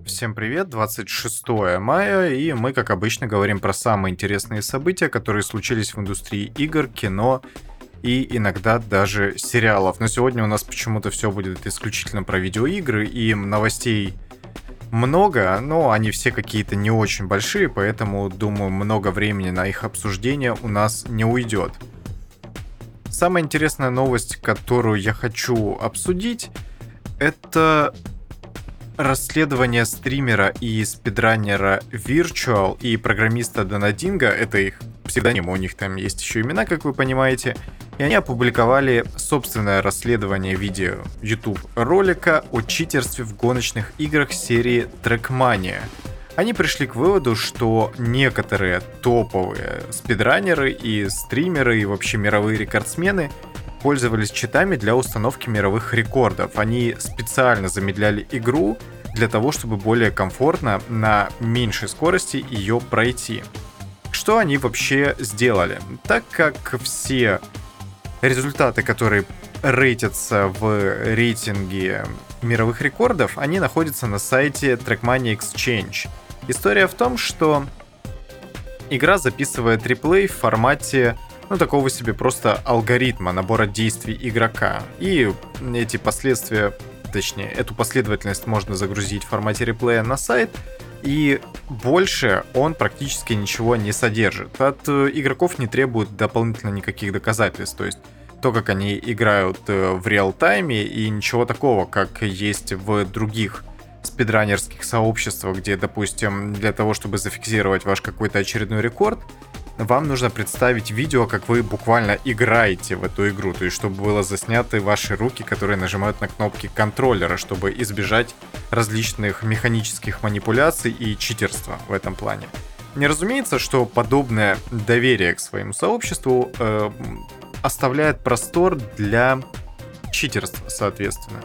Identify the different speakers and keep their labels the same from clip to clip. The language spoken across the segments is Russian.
Speaker 1: Всем привет, 26 мая, и мы, как обычно, говорим про самые интересные события, которые случились в индустрии игр, кино и иногда даже сериалов. Но сегодня у нас почему-то все будет исключительно про видеоигры, и новостей много, но они все какие-то не очень большие, поэтому, думаю, много времени на их обсуждение у нас не уйдет. Самая интересная новость, которую я хочу обсудить, это расследование стримера и спидранера Virtual и программиста Донадинго, это их псевдоним, у них там есть еще имена, как вы понимаете, и они опубликовали собственное расследование в виде YouTube ролика о читерстве в гоночных играх серии Trackmania. Они пришли к выводу, что некоторые топовые спидранеры и стримеры и вообще мировые рекордсмены пользовались читами для установки мировых рекордов. Они специально замедляли игру для того, чтобы более комфортно на меньшей скорости ее пройти. Что они вообще сделали? Так как все результаты, которые рейтятся в рейтинге мировых рекордов, они находятся на сайте Trackmania Exchange. История в том, что игра записывает реплей в формате такого себе просто алгоритма набора действий игрока. И эти последствия, точнее, эту последовательность можно загрузить в формате реплея на сайт, и больше он практически ничего не содержит. От игроков не требуют дополнительно никаких доказательств, то есть то, как они играют в реал-тайме, и ничего такого, как есть в других спидранерских сообществах, где, допустим, для того, чтобы зафиксировать ваш какой-то очередной рекорд, вам нужно представить видео, как вы буквально играете в эту игру, то есть чтобы было засняты ваши руки, которые нажимают на кнопки контроллера, чтобы избежать различных механических манипуляций и читерства в этом плане. Не разумеется, что подобное доверие к своему сообществу оставляет простор для читерства, соответственно.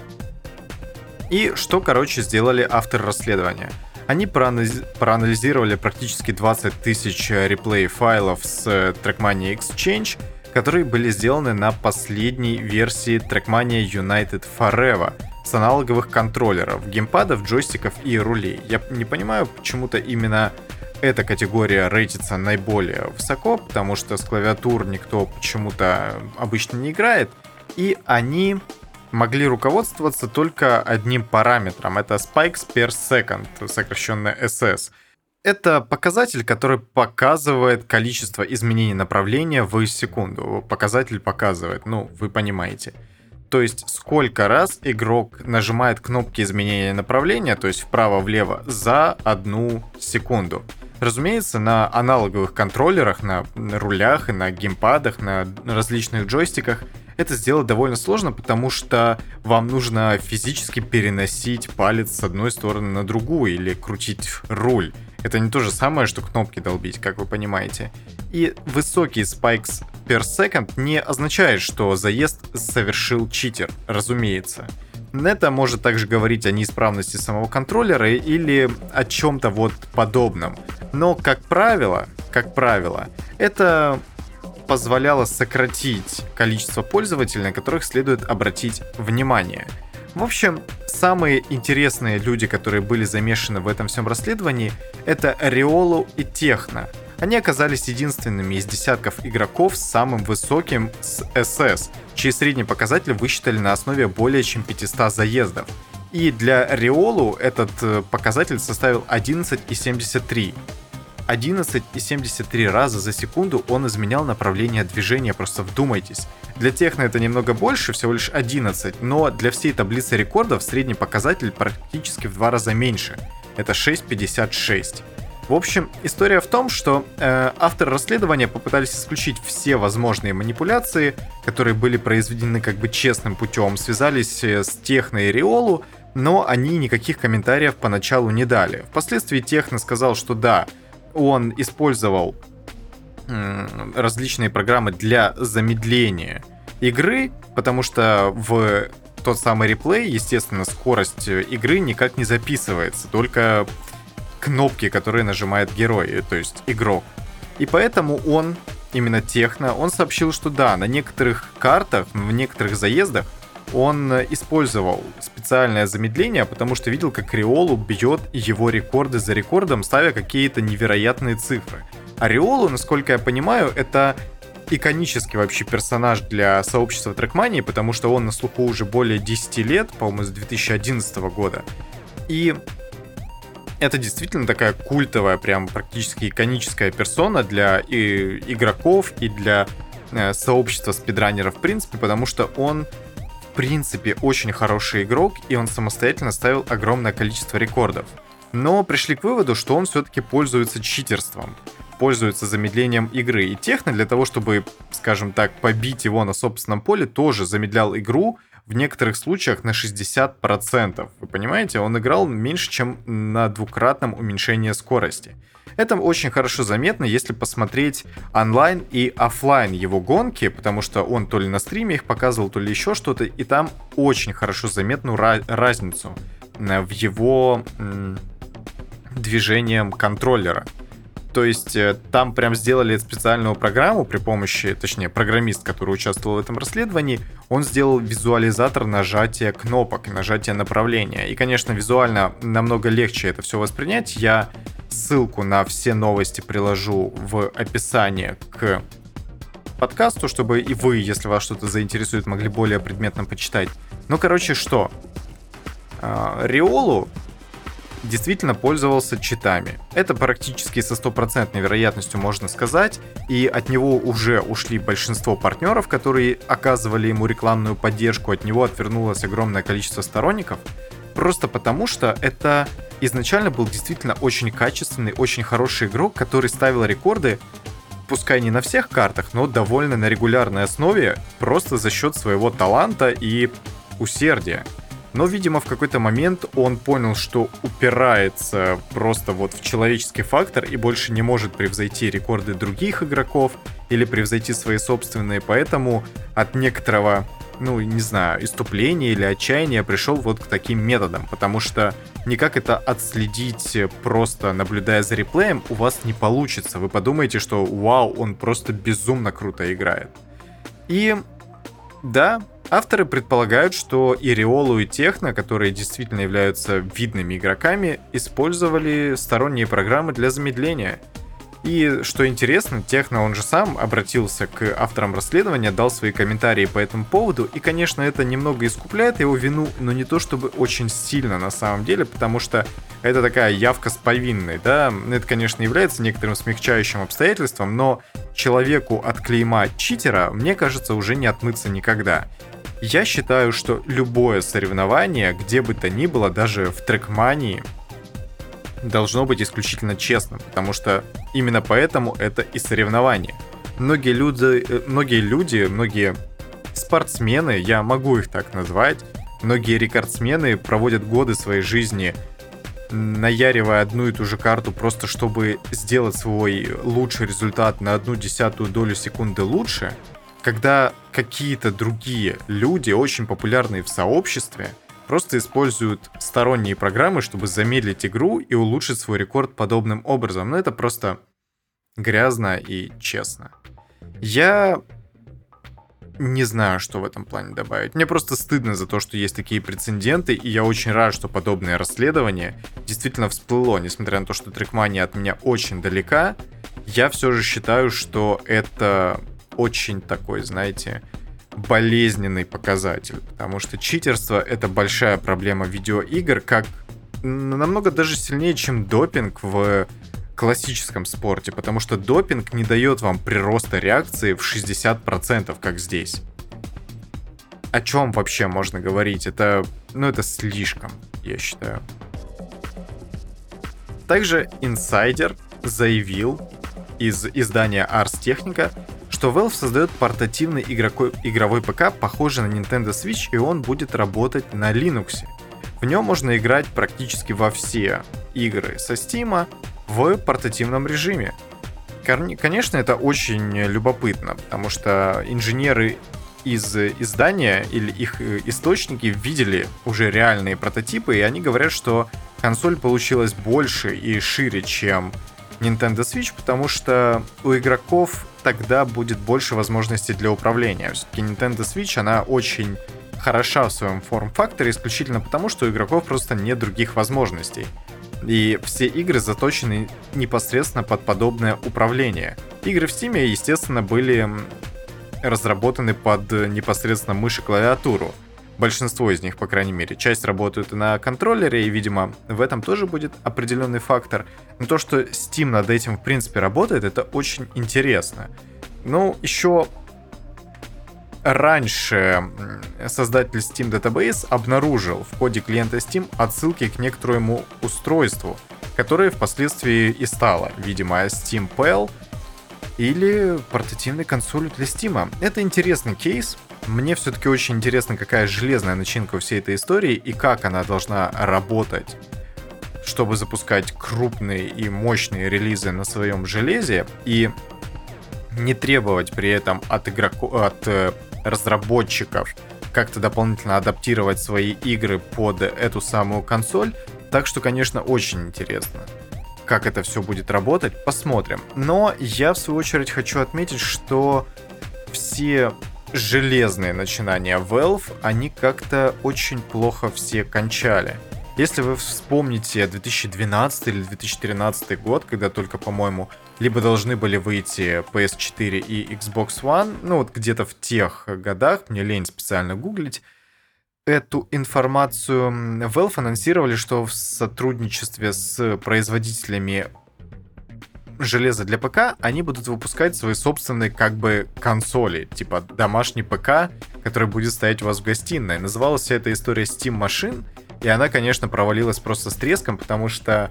Speaker 1: И что, сделали авторы расследования? Они проанализировали практически 20 тысяч реплей-файлов с Trackmania Exchange, которые были сделаны на последней версии Trackmania United Forever с аналоговых контроллеров, геймпадов, джойстиков и рулей. Я не понимаю, почему-то именно эта категория рейтится наиболее высоко, потому что с клавиатур никто почему-то обычно не играет, и они могли руководствоваться только одним параметром. Это spikes per second, сокращенно SS. Это показатель, который показывает количество изменений направления в секунду. Показатель показывает, вы понимаете. То есть сколько раз игрок нажимает кнопки изменения направления, то есть вправо-влево, за 1 секунду. Разумеется, на аналоговых контроллерах, на рулях и на геймпадах, на различных джойстиках это сделать довольно сложно, потому что вам нужно физически переносить палец с одной стороны на другую или крутить руль. Это не то же самое, что кнопки долбить, как вы понимаете. И высокий spikes per second не означает, что заезд совершил читер, разумеется. Это может также говорить о неисправности самого контроллера или о чем-то подобном. Но, как правило, это позволяло сократить количество пользователей, на которых следует обратить внимание. В общем, самые интересные люди, которые были замешаны в этом всем расследовании, это Riolu и Техно. Они оказались единственными из десятков игроков с самым высоким SS, чей средний показатель высчитали на основе более чем 500 заездов. И для Riolu этот показатель составил 11,73. 11,73 раза за секунду он изменял направление движения, просто вдумайтесь. Для Техно это немного больше, всего лишь 11, но для всей таблицы рекордов средний показатель практически в 2 раза меньше. Это 6,56. В общем, история в том, что авторы расследования попытались исключить все возможные манипуляции, которые были произведены честным путем, связались с Техно и Riolu, но они никаких комментариев поначалу не дали. Впоследствии Техно сказал, что да, он использовал различные программы для замедления игры, потому что в тот самый реплей, естественно, скорость игры никак не записывается, только кнопки, которые нажимает герой, то есть игрок. И поэтому именно Техно, он сообщил, что да, на некоторых картах, в некоторых заездах он использовал специальное замедление, потому что видел, как Риолу бьет его рекорды за рекордом, ставя какие-то невероятные цифры. А Риолу, насколько я понимаю, это иконический вообще персонаж для сообщества Trackmania, потому что он на слуху уже более 10 лет, по-моему, с 2011 года. И это действительно такая культовая, прям практически иконическая персона для и игроков, и для сообщества спидранеров в принципе, потому что он в принципе очень хороший игрок, и он самостоятельно ставил огромное количество рекордов. Но пришли к выводу, что он все-таки пользуется читерством, пользуется замедлением игры. И Техно для того, чтобы, скажем так, побить его на собственном поле, тоже замедлял игру в некоторых случаях на 60%. Вы понимаете, он играл меньше, чем на двукратном уменьшении скорости. Это очень хорошо заметно, если посмотреть онлайн и офлайн его гонки, потому что он то ли на стриме их показывал, то ли еще что-то, и там очень хорошо заметну разницу в его движением контроллера. То есть там прям сделали специальную программу при помощи, точнее, программист, который участвовал в этом расследовании, он сделал визуализатор нажатия кнопок, нажатия направления. И, конечно, визуально намного легче это все воспринять. Я ссылку на все новости приложу в описании к подкасту, чтобы и вы, если вас что-то заинтересует, могли более предметно почитать. Ну, короче, что? Риолу действительно пользовался читами. Это практически со 100% вероятностью можно сказать, и от него уже ушли большинство партнеров, которые оказывали ему рекламную поддержку, от него отвернулось огромное количество сторонников, просто потому что это изначально был действительно очень качественный, очень хороший игрок, который ставил рекорды, пускай не на всех картах, но довольно на регулярной основе, просто за счет своего таланта и усердия. Но, видимо, в какой-то момент он понял, что упирается просто вот в человеческий фактор и больше не может превзойти рекорды других игроков или превзойти свои собственные, поэтому от некоторого, ну, не знаю, иступления или отчаяния пришел вот к таким методам, потому что никак это отследить, просто наблюдая за реплеем, у вас не получится. Вы подумаете, что вау, он просто безумно круто играет. И да, авторы предполагают, что и Риолу, и Техно, которые действительно являются видными игроками, использовали сторонние программы для замедления. И что интересно, Техно, он же сам обратился к авторам расследования, дал свои комментарии по этому поводу, и, конечно, это немного искупляет его вину, но не то чтобы очень сильно на самом деле, потому что это такая явка с повинной, да, это, конечно, является некоторым смягчающим обстоятельством, но человеку от клейма читера, мне кажется, уже не отмыться никогда. Я считаю, что любое соревнование, где бы то ни было, даже в Trackmania, должно быть исключительно честным, потому что именно поэтому это и соревнование. Многие спортсмены, я могу их так назвать, многие рекордсмены проводят годы своей жизни, наяривая одну и ту же карту просто чтобы сделать свой лучший результат на 0,1 долю секунды лучше, когда какие-то другие люди, очень популярные в сообществе, просто используют сторонние программы, чтобы замедлить игру и улучшить свой рекорд подобным образом. Но это просто грязно и честно. Я не знаю, что в этом плане добавить. Мне просто стыдно за то, что есть такие прецеденты, и я очень рад, что подобное расследование действительно всплыло. Несмотря на то, что Trackmania от меня очень далека, я все же считаю, что это очень такой, знаете, болезненный показатель, потому что читерство — это большая проблема видеоигр, как намного даже сильнее, чем допинг в классическом спорте, потому что допинг не дает вам прироста реакции в 60%, как здесь. О чем вообще можно говорить? Это слишком, я считаю. Также инсайдер заявил из издания Ars Technica, что Valve создает портативный игровой ПК, похожий на Nintendo Switch, и он будет работать на Linux. В нем можно играть практически во все игры со Steam в портативном режиме. Конечно, это очень любопытно, потому что инженеры из издания или их источники видели уже реальные прототипы, и они говорят, что консоль получилась больше и шире, чем Nintendo Switch, потому что у игроков тогда будет больше возможностей для управления. Все-таки Nintendo Switch, она очень хороша в своем форм-факторе исключительно потому, что у игроков просто нет других возможностей. И все игры заточены непосредственно под подобное управление. Игры в Steam, естественно, были разработаны под непосредственно мышь и клавиатуру. Большинство из них, по крайней мере. Часть работают на контроллере, и, видимо, в этом тоже будет определенный фактор. Но то, что Steam над этим, в принципе, работает, это очень интересно. Ну, еще раньше создатель Steam Database обнаружил в коде клиента Steam отсылки к некоторому устройству, которое впоследствии и стало, видимо, Steam Pal или портативной консолью для Steam. Это интересный кейс. Мне все-таки очень интересно, какая железная начинка у всей этой истории и как она должна работать, чтобы запускать крупные и мощные релизы на своем железе и не требовать при этом от разработчиков как-то дополнительно адаптировать свои игры под эту самую консоль. Так что, конечно, очень интересно, как это все будет работать. Посмотрим. Но я, в свою очередь, хочу отметить, что все железные начинания Valve, они как-то очень плохо все кончали. Если вы вспомните 2012 или 2013 год, когда только, по-моему, либо должны были выйти PS4 и Xbox One, ну вот где-то в тех годах, мне лень специально гуглить, эту информацию Valve анонсировали, что в сотрудничестве с производителями железа для ПК они будут выпускать свои собственные как бы консоли, типа домашний ПК, который будет стоять у вас в гостиной. Называлась вся эта история Steam Machine, и она, конечно, провалилась просто с треском, потому что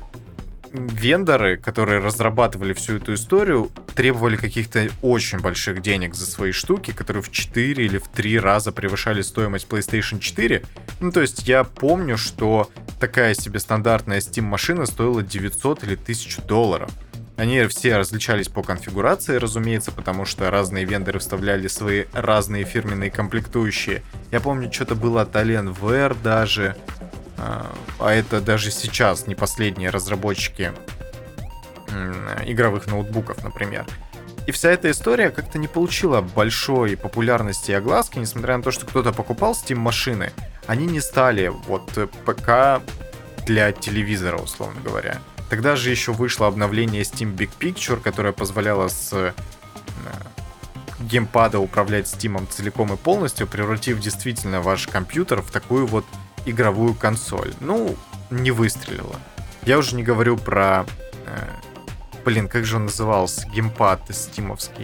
Speaker 1: вендоры, которые разрабатывали всю эту историю, требовали каких-то очень больших денег за свои штуки, которые в 4 или в 3 раза превышали стоимость PlayStation 4. Ну, то есть я помню, что такая себе стандартная Steam-машина стоила 900 или 1000 долларов. Они все различались по конфигурации, разумеется, потому что разные вендоры вставляли свои разные фирменные комплектующие. Я помню, что-то было от Alienware даже. А это даже сейчас не последние разработчики игровых ноутбуков, например. И вся эта история как-то не получила большой популярности и огласки, несмотря на то, что кто-то покупал Steam-машины. Они не стали вот ПК для телевизора, условно говоря. Тогда же еще вышло обновление Steam Big Picture, которое позволяло с геймпада управлять Steam целиком и полностью, превратив действительно ваш компьютер в такую вот игровую консоль. Ну, не выстрелила. Я уже не говорю про... как же он назывался? Геймпад стимовский.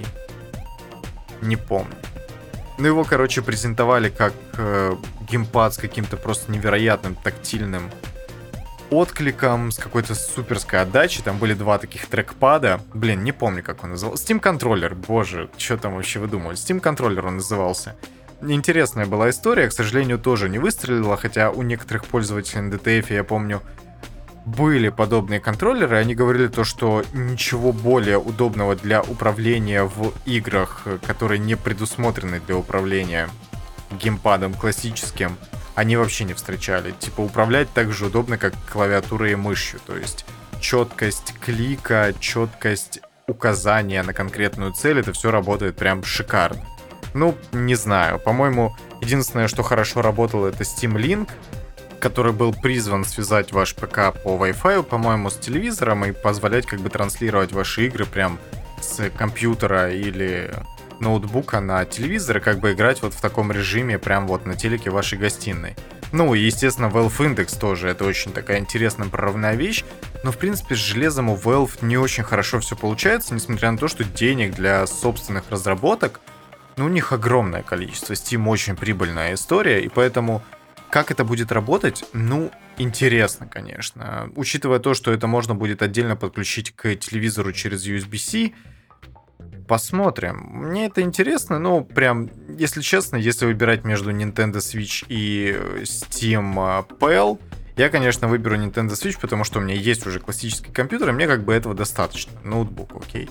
Speaker 1: Не помню. Ну, его, короче, презентовали как геймпад с каким-то просто невероятным тактильным откликом, с какой-то суперской отдачей. Там были 2 таких трекпада. Не помню, как он назывался. Steam Controller. Боже, что там вообще выдумывали? Steam Controller он назывался. Интересная была история, к сожалению, тоже не выстрелила, хотя у некоторых пользователей на DTF, я помню, были подобные контроллеры, они говорили то, что ничего более удобного для управления в играх, которые не предусмотрены для управления геймпадом классическим, они вообще не встречали. Типа управлять так же удобно, как клавиатурой и мышью, то есть четкость клика, четкость указания на конкретную цель, это все работает прям шикарно. Ну, не знаю. По-моему, единственное, что хорошо работало, это Steam Link, который был призван связать ваш ПК по Wi-Fi, по-моему, с телевизором и позволять как бы транслировать ваши игры прям с компьютера или ноутбука на телевизор и как бы играть вот в таком режиме прям вот на телеке вашей гостиной. Ну и, естественно, Valve Index тоже, это очень такая интересная прорывная вещь, но, в принципе, с железом у Valve не очень хорошо все получается, несмотря на то, что денег для собственных разработок у них огромное количество. Steam очень прибыльная история, и поэтому как это будет работать, интересно, конечно. Учитывая то, что это можно будет отдельно подключить к телевизору через USB-C, посмотрим. Мне это интересно, прям, если честно, если выбирать между Nintendo Switch и Steam Pal, я, конечно, выберу Nintendo Switch, потому что у меня есть уже классический компьютер, и мне как бы этого достаточно. Ноутбук, окей.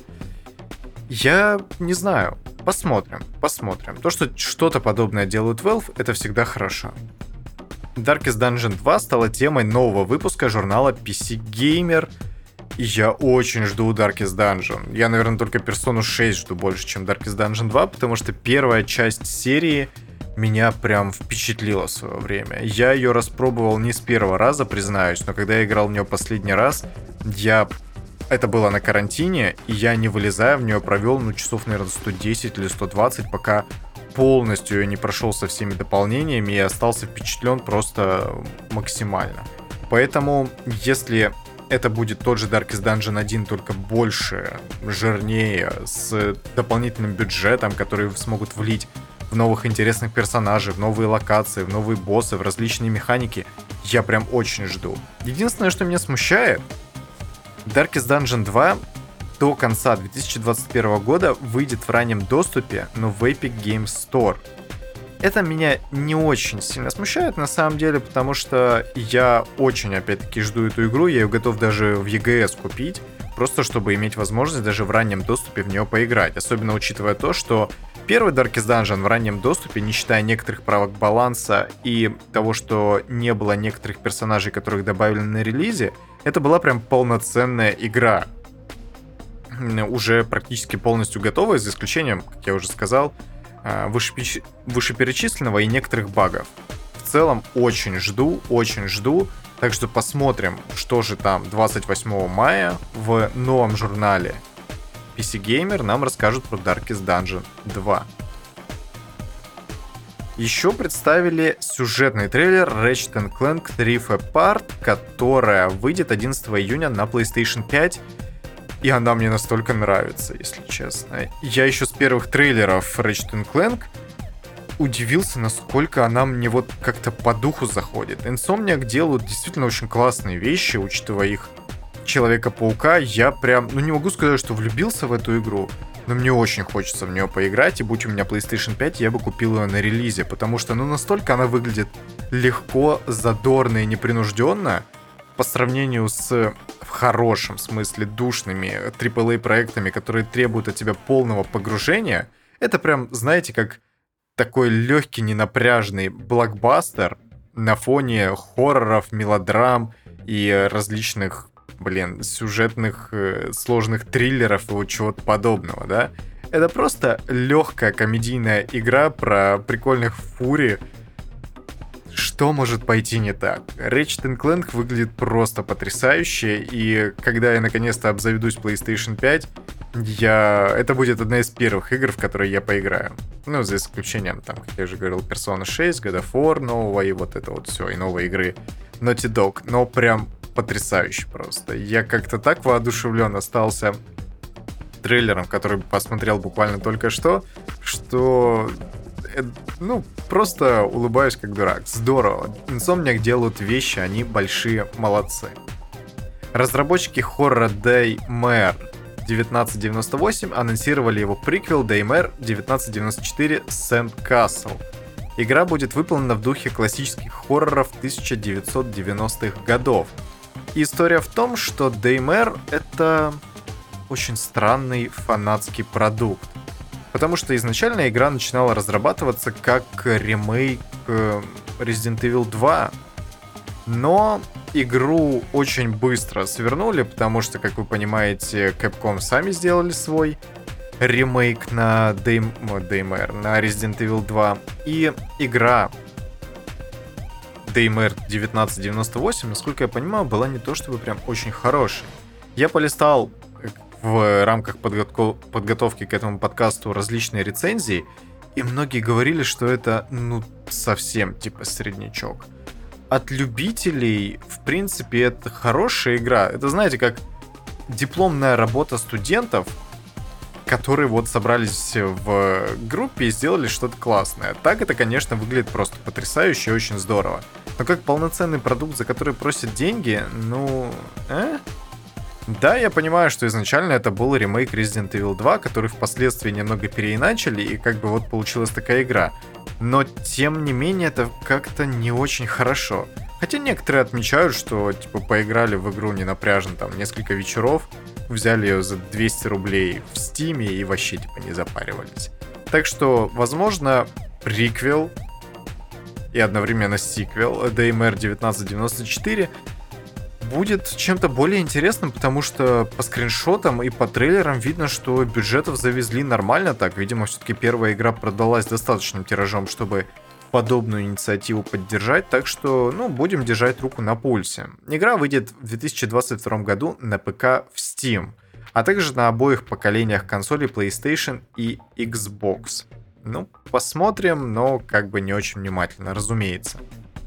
Speaker 1: Я не знаю. Посмотрим. То, что что-то подобное делают Valve, это всегда хорошо. Darkest Dungeon 2 стала темой нового выпуска журнала PC Gamer. И я очень жду Darkest Dungeon. Я, наверное, только Persona 6 жду больше, чем Darkest Dungeon 2, потому что первая часть серии меня прям впечатлила в свое время. Я ее распробовал не с первого раза, признаюсь, но когда я играл в нее последний раз, это было на карантине, и я, не вылезая в нее, провел, часов, наверное, 110 или 120, пока полностью я не прошел со всеми дополнениями и остался впечатлен просто максимально. Поэтому, если это будет тот же Darkest Dungeon 1, только больше, жирнее, с дополнительным бюджетом, который смогут влить в новых интересных персонажей, в новые локации, в новые боссы, в различные механики, я прям очень жду. Единственное, что меня смущает, Darkest Dungeon 2 до конца 2021 года выйдет в раннем доступе, но в Epic Games Store. Это меня не очень сильно смущает, на самом деле, потому что я очень, опять-таки, жду эту игру, я ее готов даже в EGS купить, просто чтобы иметь возможность даже в раннем доступе в нее поиграть, особенно учитывая то, что первый Darkest Dungeon в раннем доступе, не считая некоторых правок баланса и того, что не было некоторых персонажей, которых добавили на релизе, это была прям полноценная игра, уже практически полностью готовая, за исключением, как я уже сказал, вышеперечисленного и некоторых багов. В целом очень жду, так что посмотрим, что же там 28 мая в новом журнале PC Gamer нам расскажут про Darkest Dungeon 2. Еще представили сюжетный трейлер Ratchet Clank Rift Apart, которая выйдет 11 июня на PlayStation 5. И она мне настолько нравится, если честно. Я еще с первых трейлеров Ratchet Clank удивился, насколько она мне вот как-то по духу заходит. Insomniac делают действительно очень классные вещи, учитывая их Человека-паука. Я прям, не могу сказать, что влюбился в эту игру, но мне очень хочется в нее поиграть, и будь у меня PlayStation 5, я бы купил ее на релизе, потому что, настолько она выглядит легко, задорно и непринужденно, по сравнению с, в хорошем смысле, душными AAA проектами, которые требуют от тебя полного погружения. Это прям, знаете, как такой легкий, ненапряжный блокбастер на фоне хорроров, мелодрам и различных, сюжетных сложных триллеров и вот чего-то подобного, да? Это просто легкая комедийная игра про прикольных фури. Что может пойти не так? Ratchet Clank выглядит просто потрясающе, и когда я наконец-то обзаведусь PlayStation 5, это будет одна из первых игр, в которые я поиграю. За исключением, как я уже говорил, Persona 6, God of War нового, и вот это вот все, и новые игры Naughty Dog. Но прям потрясающе просто. Я как-то так воодушевлен остался трейлером, который посмотрел буквально только что просто улыбаюсь как дурак. Здорово. Insomniac делают вещи, они большие молодцы. Разработчики хоррора Daymare 1998 анонсировали его приквел Daymare 1994 Sandcastle. Игра будет выполнена в духе классических хорроров 1990-х годов. И история в том, что Daymare — это очень странный фанатский продукт. Потому что изначально игра начинала разрабатываться как ремейк Resident Evil 2. Но игру очень быстро свернули, потому что, как вы понимаете, Capcom сами сделали свой ремейк на Daymare, на Resident Evil 2. И игра Daymare 1998, насколько я понимаю, была не то чтобы прям очень хорошей. Я полистал в рамках подготовки к этому подкасту различные рецензии, и многие говорили, что это, совсем типа среднячок. От любителей, в принципе, это хорошая игра. Это, знаете, как дипломная работа студентов, которые вот собрались в группе и сделали что-то классное. Так это, конечно, выглядит просто потрясающе и очень здорово. Но как полноценный продукт, за который просят деньги, Да, я понимаю, что изначально это был ремейк Resident Evil 2, который впоследствии немного переиначили, и вот получилась такая игра. Но, тем не менее, это как-то не очень хорошо. Хотя некоторые отмечают, что, поиграли в игру ненапряжно, несколько вечеров, взяли ее за 200 рублей в Стиме и вообще, не запаривались. Так что, возможно, приквел и одновременно сиквел Daymare 1994 будет чем-то более интересным, потому что по скриншотам и по трейлерам видно, что бюджетов завезли нормально так. Видимо, все-таки первая игра продалась достаточным тиражом, чтобы подобную инициативу поддержать, так что, будем держать руку на пульсе. Игра выйдет в 2022 году на ПК в Steam, а также на обоих поколениях консолей PlayStation и Xbox. Посмотрим, но не очень внимательно, разумеется.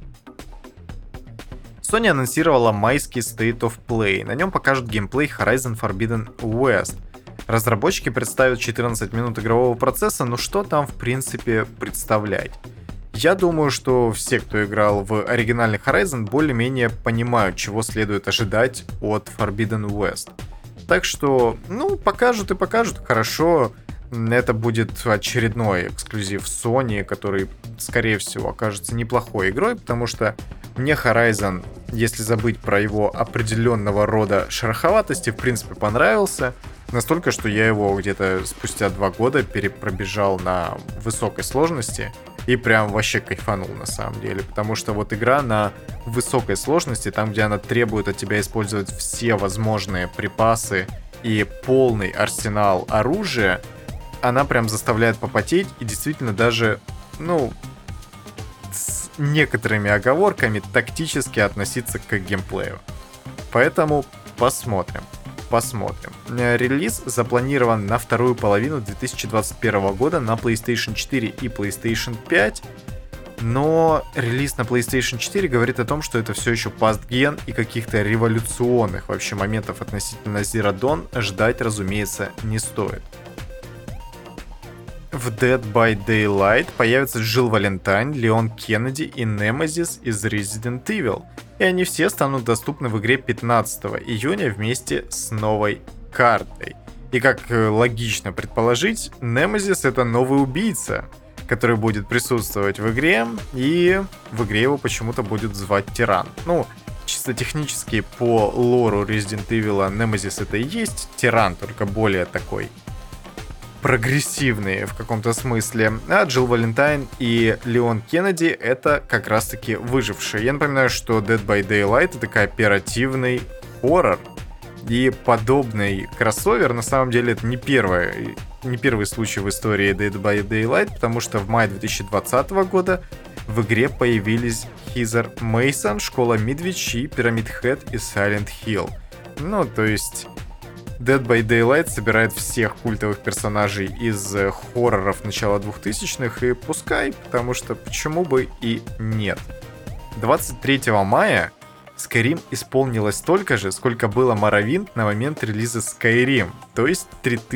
Speaker 1: Sony анонсировала майский State of Play. На нем покажут геймплей Horizon Forbidden West. Разработчики представят 14 минут игрового процесса, что там в принципе представлять? Я думаю, что все, кто играл в оригинальный Horizon, более-менее понимают, чего следует ожидать от Forbidden West. Так что, покажут и покажут, хорошо. Это будет очередной эксклюзив Sony, который, скорее всего, окажется неплохой игрой, потому что мне Horizon, если забыть про его определенного рода шероховатости, в принципе, понравился. Настолько, что я его где-то спустя 2 года перепробежал на высокой сложности и прям вообще кайфанул на самом деле. Потому что вот игра на высокой сложности, там, где она требует от тебя использовать все возможные припасы и полный арсенал оружия, она прям заставляет попотеть и действительно даже, с некоторыми оговорками тактически относиться к геймплею. Поэтому посмотрим. Релиз запланирован на вторую половину 2021 года на PlayStation 4 и PlayStation 5, но релиз на PlayStation 4 говорит о том, что это все еще пастген и каких-то революционных вообще моментов относительно Zero Dawn ждать, разумеется, не стоит. В Dead by Daylight появятся Джилл Валентайн, Леон Кеннеди и Немезис из Resident Evil. И они все станут доступны в игре 15 июня вместе с новой картой. И как логично предположить, Немезис — это новый убийца, который будет присутствовать в игре, и в игре его почему-то будет звать Тиран. Чисто технически по лору Resident Evil Немезис это и есть Тиран, только более такой прогрессивные в каком-то смысле, а Джилл Валентайн и Леон Кеннеди — это как раз-таки выжившие. Я напоминаю, что Dead by Daylight — это кооперативный хоррор, и подобный кроссовер, на самом деле, это не первый случай в истории Dead by Daylight, потому что в мае 2020 года в игре появились Хизер Мейсон, Школа Мидвич и Pyramid Head и Silent Hill. То есть Dead by Daylight собирает всех культовых персонажей из хорроров начала 2000-х, и пускай, потому что почему бы и нет. 23 мая Skyrim исполнилось столько же, сколько было Morrowind на момент релиза Skyrim, то есть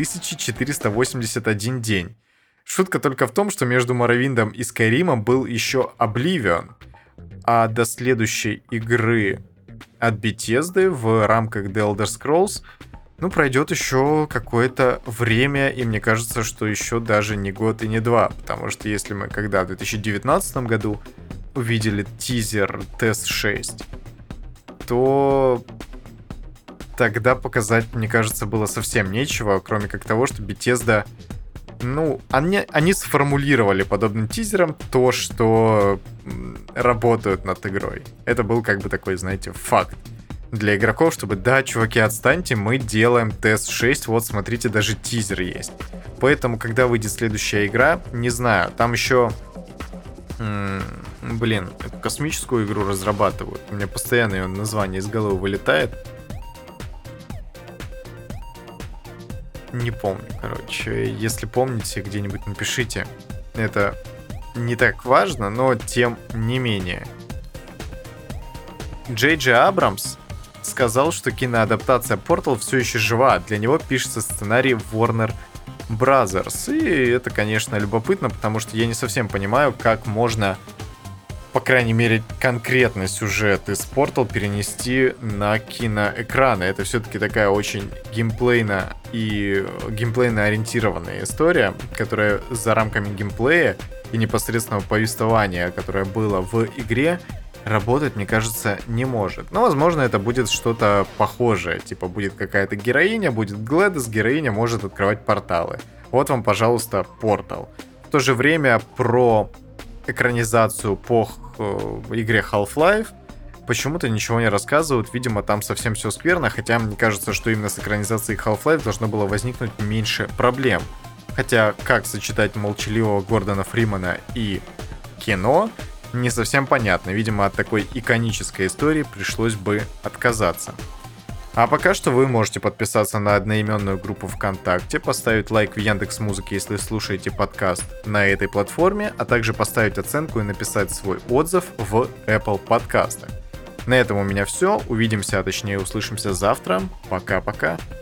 Speaker 1: 3481 день. Шутка только в том, что между Morrowind'ом и Skyrim'ом был еще Oblivion, а до следующей игры от Bethesda в рамках The Elder Scrolls пройдет еще какое-то время, и мне кажется, что еще даже не год и не 2, потому что если мы в 2019 году увидели тизер TES-6, то тогда показать, мне кажется, было совсем нечего, кроме как того, что Bethesda, они сформулировали подобным тизером то, что работают над игрой. Это был такой, знаете, факт для игроков, чтобы, да, чуваки, отстаньте, мы делаем TES-6, вот, смотрите, даже тизер есть. Поэтому, когда выйдет следующая игра, не знаю, там еще, космическую игру разрабатывают. У меня постоянно ее название из головы вылетает. Не помню, если помните, где-нибудь напишите. Это не так важно, но тем не менее. Джей Джей Абрамс сказал, что киноадаптация Portal все еще жива. Для него пишется сценарий Warner Brothers. И это, конечно, любопытно, потому что я не совсем понимаю, как можно, по крайней мере, конкретный сюжет из Portal перенести на киноэкраны. Это все-таки такая очень геймплейно ориентированная история, которая за рамками геймплея и непосредственного повествования, которое было в игре, работать, мне кажется, не может. Но, возможно, это будет что-то похожее. Типа, будет какая-то героиня, будет Глэдис, героиня может открывать порталы. Вот вам, пожалуйста, Portal. В то же время про экранизацию по игре Half-Life почему-то ничего не рассказывают. Видимо, там совсем все скверно, хотя мне кажется, что именно с экранизацией Half-Life должно было возникнуть меньше проблем. Хотя, как сочетать молчаливого Гордона Фримана и кино, не совсем понятно. Видимо, от такой иконической истории пришлось бы отказаться. А пока что вы можете подписаться на одноименную группу ВКонтакте, поставить лайк в Яндекс.Музыке, если слушаете подкаст на этой платформе, а также поставить оценку и написать свой отзыв в Apple подкастах. На этом у меня все. Увидимся, а точнее услышимся завтра. Пока-пока.